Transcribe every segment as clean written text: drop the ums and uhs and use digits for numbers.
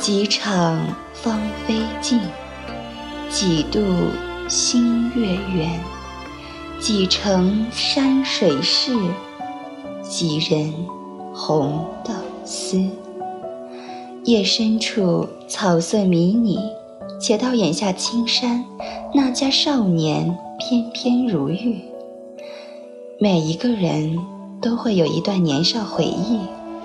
几场芳菲尽，几度新月圆，几程山水事，几人红豆丝。夜深处草色迷你，且到眼下青山，那家少年翩翩如玉。每一个人都会有一段年少回忆。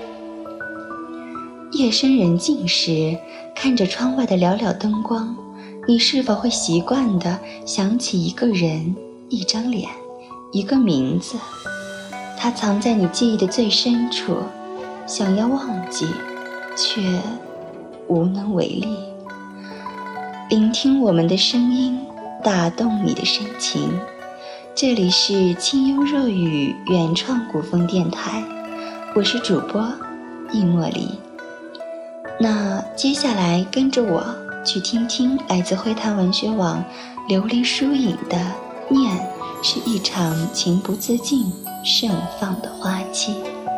夜深人静时，看着窗外的寥寥灯光，你是否会习惯地想起一个人、一张脸、一个名字？它藏在你记忆的最深处，想要忘记，却无能为力。聆听我们的声音，打动你的深情。这里是清幽若雨原创古风电台，我是主播易茉莉。那接下来跟着我去听听来自灰檀文学网琉璃疏影的《念是一场情不自禁盛放的花期》。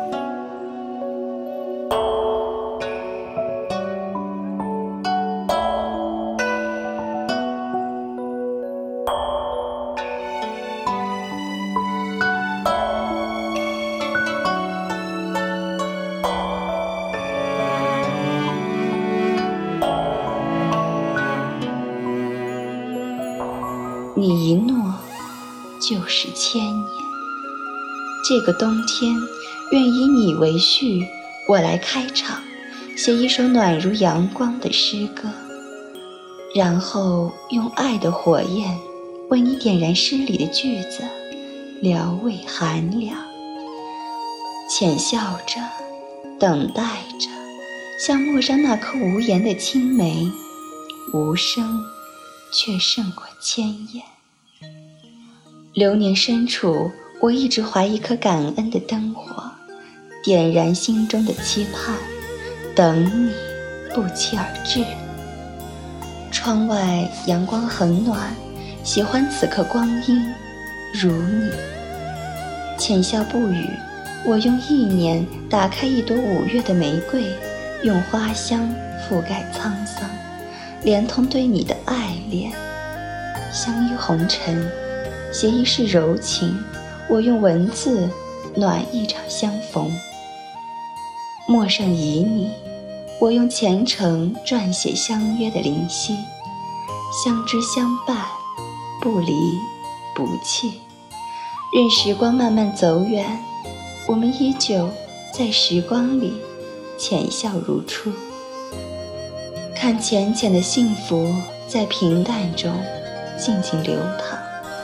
你一诺就是千年，这个冬天愿以你为序，我来开场，写一首暖如阳光的诗歌，然后用爱的火焰为你点燃诗里的句子，疗慰寒凉。浅笑着，等待着，像陌上那颗无言的青梅，无声却胜过千言。流年深处，我一直怀一颗感恩的灯火，点燃心中的期盼，等你不期而至。窗外阳光很暖，喜欢此刻光阴如你。浅笑不语，我用意念打开一朵5月的玫瑰，用花香覆盖沧桑，连同对你的爱恋。相依红尘，写一世柔情，我用文字暖一场相逢。陌上旖旎，我用虔诚撰写相约的灵犀。相知相伴，不离不弃，任时光慢慢走远，我们依旧在时光里浅笑如初。看浅浅的幸福在平淡中静静流淌。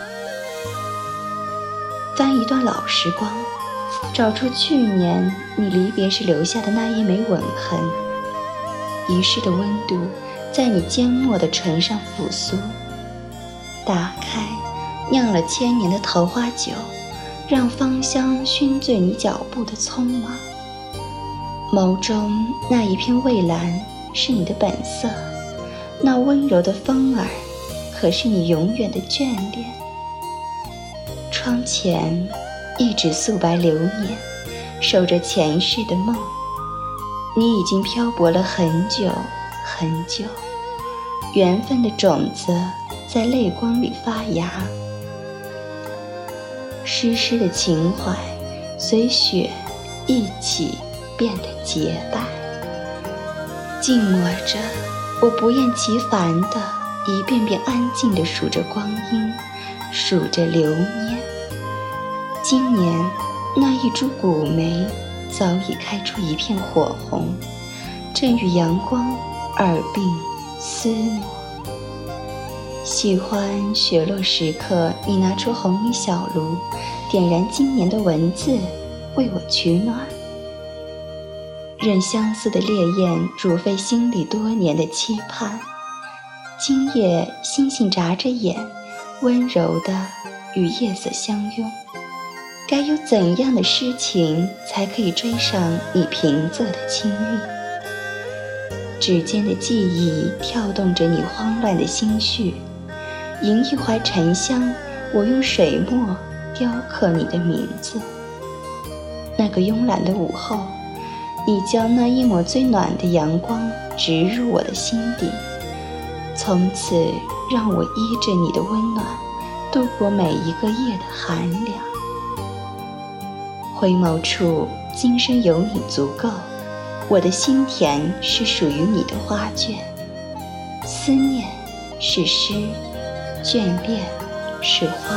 翻一段老时光，找出去年你离别时留下的那一枚吻痕，一世的温度在你缄默的唇上复苏。打开酿了1000年的桃花酒，让芳香熏醉你脚步的匆忙。眸中那一片蔚蓝是你的本色，那温柔的风儿可是你永远的眷恋。窗前一纸素白流年，守着前世的梦。你已经漂泊了很久很久，缘分的种子在泪光里发芽。湿湿的情怀随雪一起变得洁白。静默着，我不厌其烦地一遍遍安静地数着光阴，数着流年。今年那一株古梅早已开出一片火红，正与阳光耳鬓厮磨。喜欢雪落时刻，你拿出红衣小炉，点燃今年的文字，为我取暖。任相思的烈焰煮沸心里多年的期盼。今夜星星眨着眼，温柔地与夜色相拥。该有怎样的诗情才可以追上你平仄的清韵？指尖的记忆跳动着你慌乱的心绪，吟一怀沉香，我用水墨雕刻你的名字。那个慵懒的午后， 已将那一抹最暖的阳光植入我的心底，从此让我依着你的温暖度过每一个夜的寒凉。回眸处今生有你足够，我的心田是属于你的花卷，思念是诗，眷恋是画。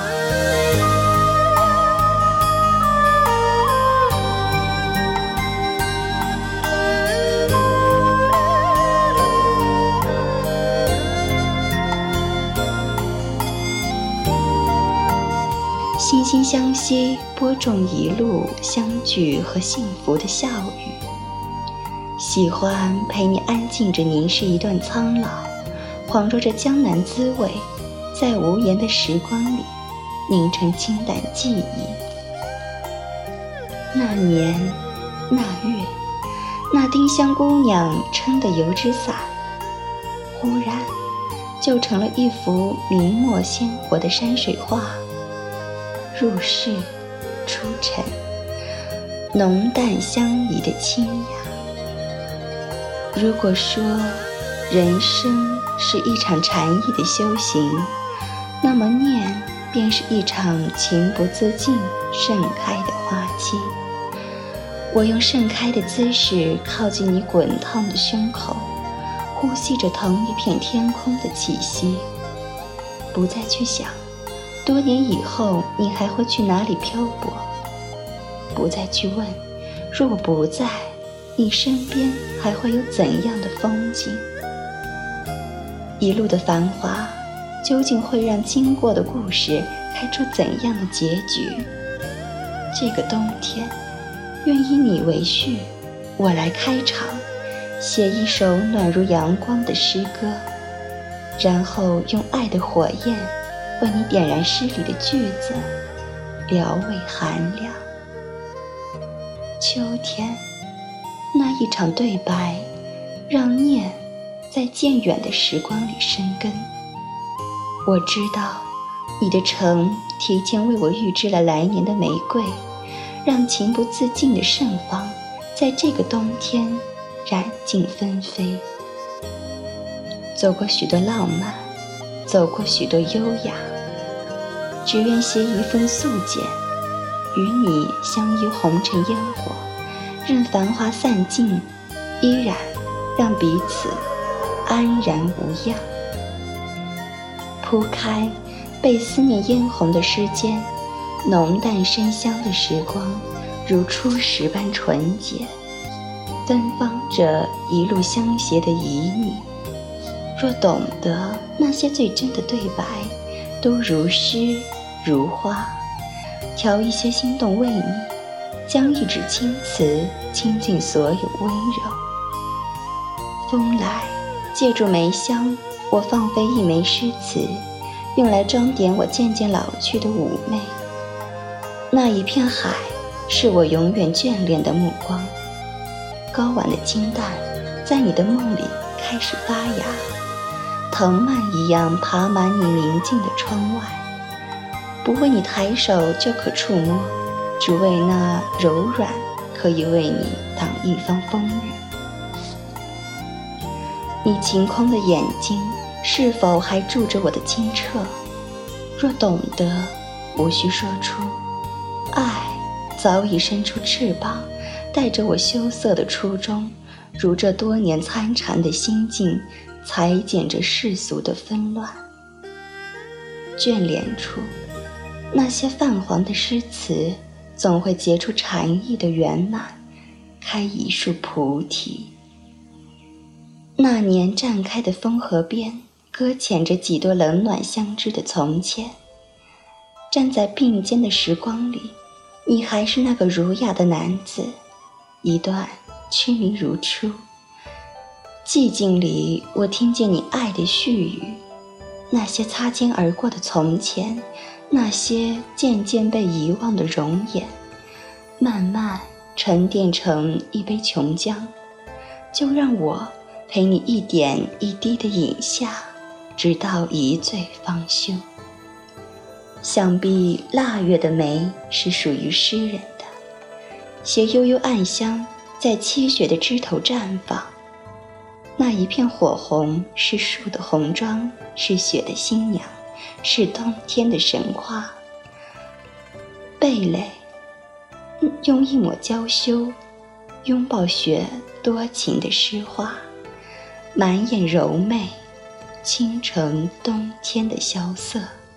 惺惺相惜，播种一路相聚和幸福的笑语。喜欢陪你安静着凝视一段苍老，恍若着江南滋味，在无言的时光里凝成清淡记忆。那年那月，那丁香姑娘撑的油纸伞，忽然就成了一幅明墨鲜活的山水画。入世出尘，浓淡相宜的清雅。如果说人生是一场禅意的修行，那么念便是一场情不自禁盛开的花期。我用盛开的姿势靠近你滚烫的胸口，呼吸着同一片天空的气息，不再去想多年以后你还会去哪里漂泊，不再去问若我不在，你身边还会有怎样的风景。一路的繁华究竟会让经过的故事开出怎样的结局？这个冬天，愿以你为序，我来开场，写一首暖如阳光的诗歌，然后用爱的火焰为你点燃诗里的句子，聊慰寒凉。秋天，那一场对白，让念在渐远的时光里生根。我知道，你的城提前为我预支了来年的玫瑰，让情不自禁的盛放，在这个冬天染尽纷飞。走过许多浪漫，走过许多优雅，只愿携一份素简，与你相依红尘烟火，任繁华散尽，依然让彼此安然无恙。铺开被思念嫣红的诗笺，浓淡深香的时光如初时般纯洁，芬芳着一路相携的旖旎。若懂得那些最真的对白，都如诗如花，调一些心动为你，将一纸青词倾尽所有温柔。风来，借助梅香，我放飞一枚诗词，用来装点我渐渐老去的妩媚。那一片海，是我永远眷恋的目光。高晚的金蛋，在你的梦里开始发芽，藤蔓一样爬满你明净的窗外。不为你抬手就可触摸，只为那柔软可以为你挡一方风雨。你晴空的眼睛，是否还住着我的清澈？若懂得，无需说出，爱早已伸出翅膀，带着我羞涩的初衷，如这多年参禅的心境，裁剪着世俗的纷乱。眷恋处，那些泛黄的诗词，总会结出禅意的圆满，开一树菩提。那年绽开的枫河边，搁浅着几多冷暖相知的从前。站在并肩的时光里，你还是那个儒雅的男子，一段痴迷如初。寂静里，我听见你爱的絮语，那些擦肩而过的从前，那些渐渐被遗忘的容颜，慢慢沉淀成一杯琼浆，就让我陪你一点一滴地饮下，直到一醉方休。想必腊月的梅是属于诗人的，携悠悠暗香， 在积雪的枝头绽放。那一片火红是树的红妆，是雪的新娘，是冬天的神话。蓓蕾用一抹娇羞拥抱雪多情的诗画，满眼柔媚，倾城冬天的萧瑟。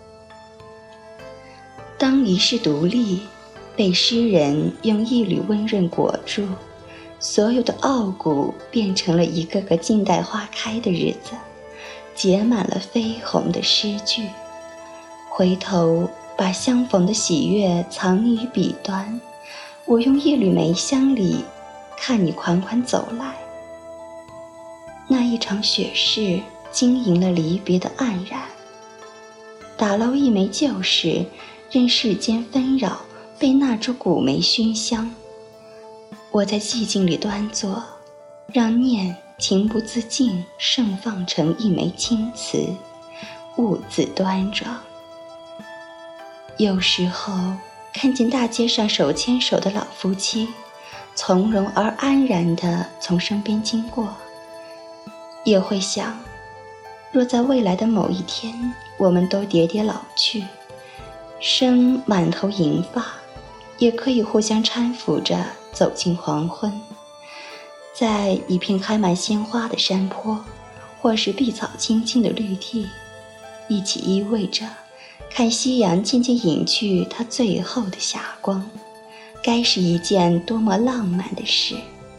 当一世独立被诗人用一缕温润裹住，所有的傲骨变成了一个个静待花开的日子，结满了绯红的诗句。回头把相逢的喜悦藏匿于笔端，我用一缕梅香里看你款款走来。那一场雪事经营了离别的黯然，打捞一枚旧事，任世间纷扰，被那株古梅熏香。我在寂静里端坐，让念情不自禁盛放成一枚青瓷，兀自端庄。有时候看见大街上手牵手的老夫妻，从容而安然地从身边经过，也会想，若在未来的某一天，我们都跌跌老去，生满头银发，也可以互相搀扶着走进黄昏，在一片开满鲜花的山坡，或是碧草青青的绿地，一起依偎着，看夕阳渐渐隐去它最后的霞光，该是一件多么浪漫的事。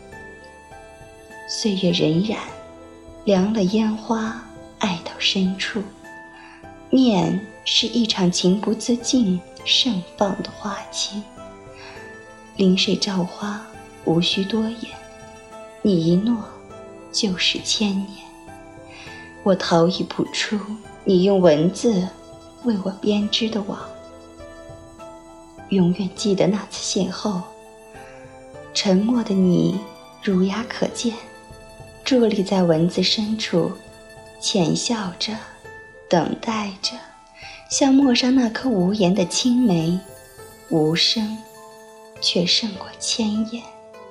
岁月荏苒，凉了烟花，爱到深处。念是一场情不自禁盛放的花期，临水照花，无需多言，你一诺就是千年。我陶艺谱出你用文字为我编织的网，永远记得那次邂逅，沉默的你儒雅可见，伫立在文字深处，浅笑着，等待着，像陌上那颗无言的青梅，无声却胜过千言。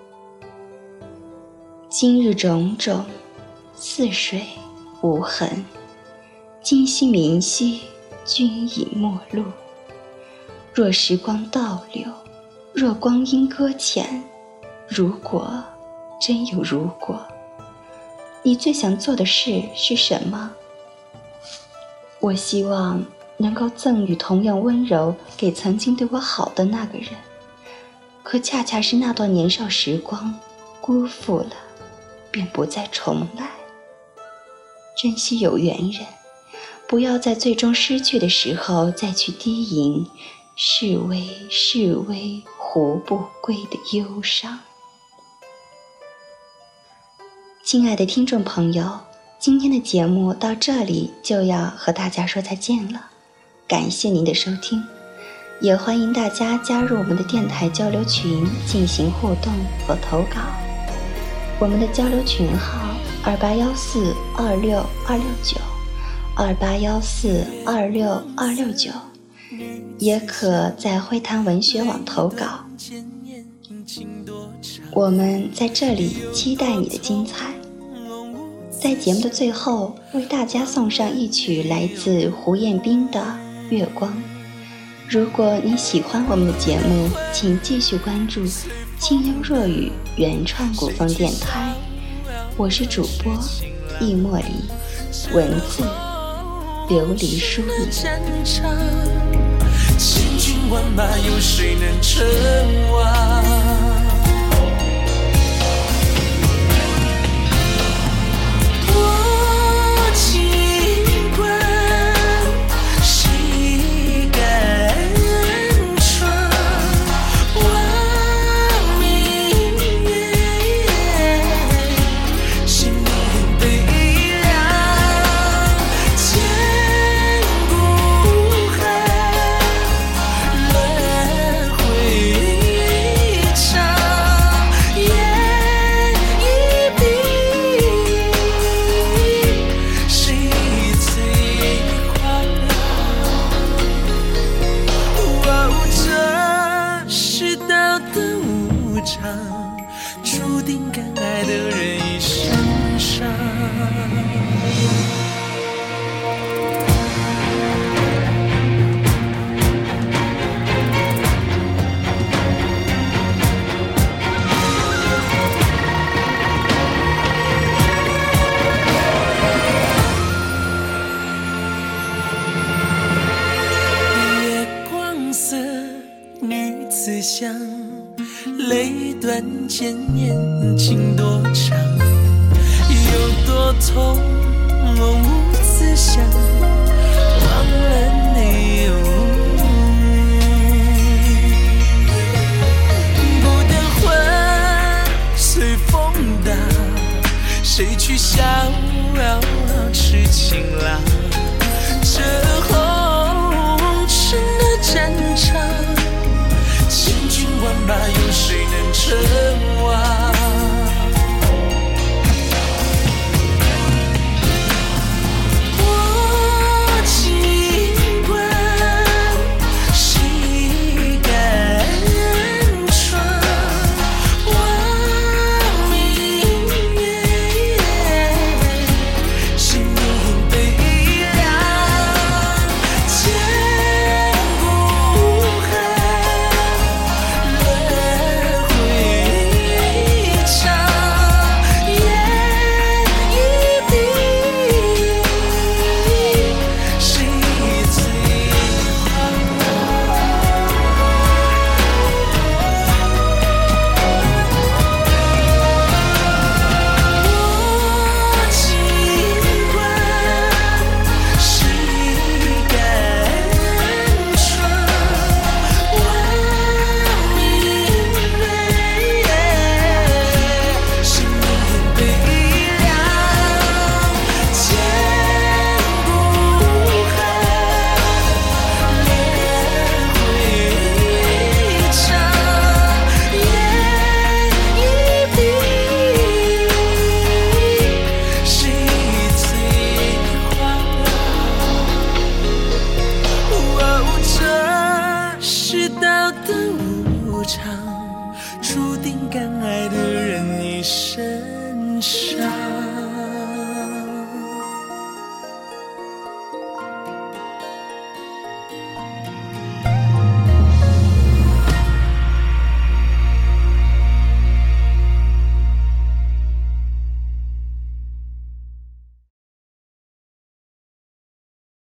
今日种种，似水无痕，今夕明夕，君已陌路。若时光倒流，若光阴搁浅，如果真有如果，你最想做的事是什么？我希望能够赠予同样温柔给曾经对我好的那个人，可恰恰是那段年少时光辜负了，便不再重来。珍惜有缘人，不要在最终失去的时候再去低吟是微是微胡不归的忧伤。亲爱的听众朋友，今天的节目到这里就要和大家说再见了，感谢您的收听，也欢迎大家加入我们的电台交流群进行互动和投稿。我们的交流群号2814262269，2814262269，也可在会谈文学网投稿。我们在这里期待你的精彩。在节目的最后，为大家送上一曲来自胡彦斌的《月光》。如果你喜欢我们的节目，请继续关注清幽若雨原创古风电台。我是主播易莫离，文字琉璃疏影。 千军万马，有谁能称王？传注定敢爱的人已身上。思想泪断千年情多长，有多痛我无思想，忘了你不等魂随风荡，谁去逍遥痴情郎？这红尘的战场，千军万马，有谁能称王？我尽管谁敢闯？望明月，谁明悲凉？千古恨，轮回长，眼一闭，谁最狂妄？我尽管谁敢闯？望明月，谁明悲凉？千古恨，轮回长，眼一闭，谁最狂妄？这世道的无常，注定敢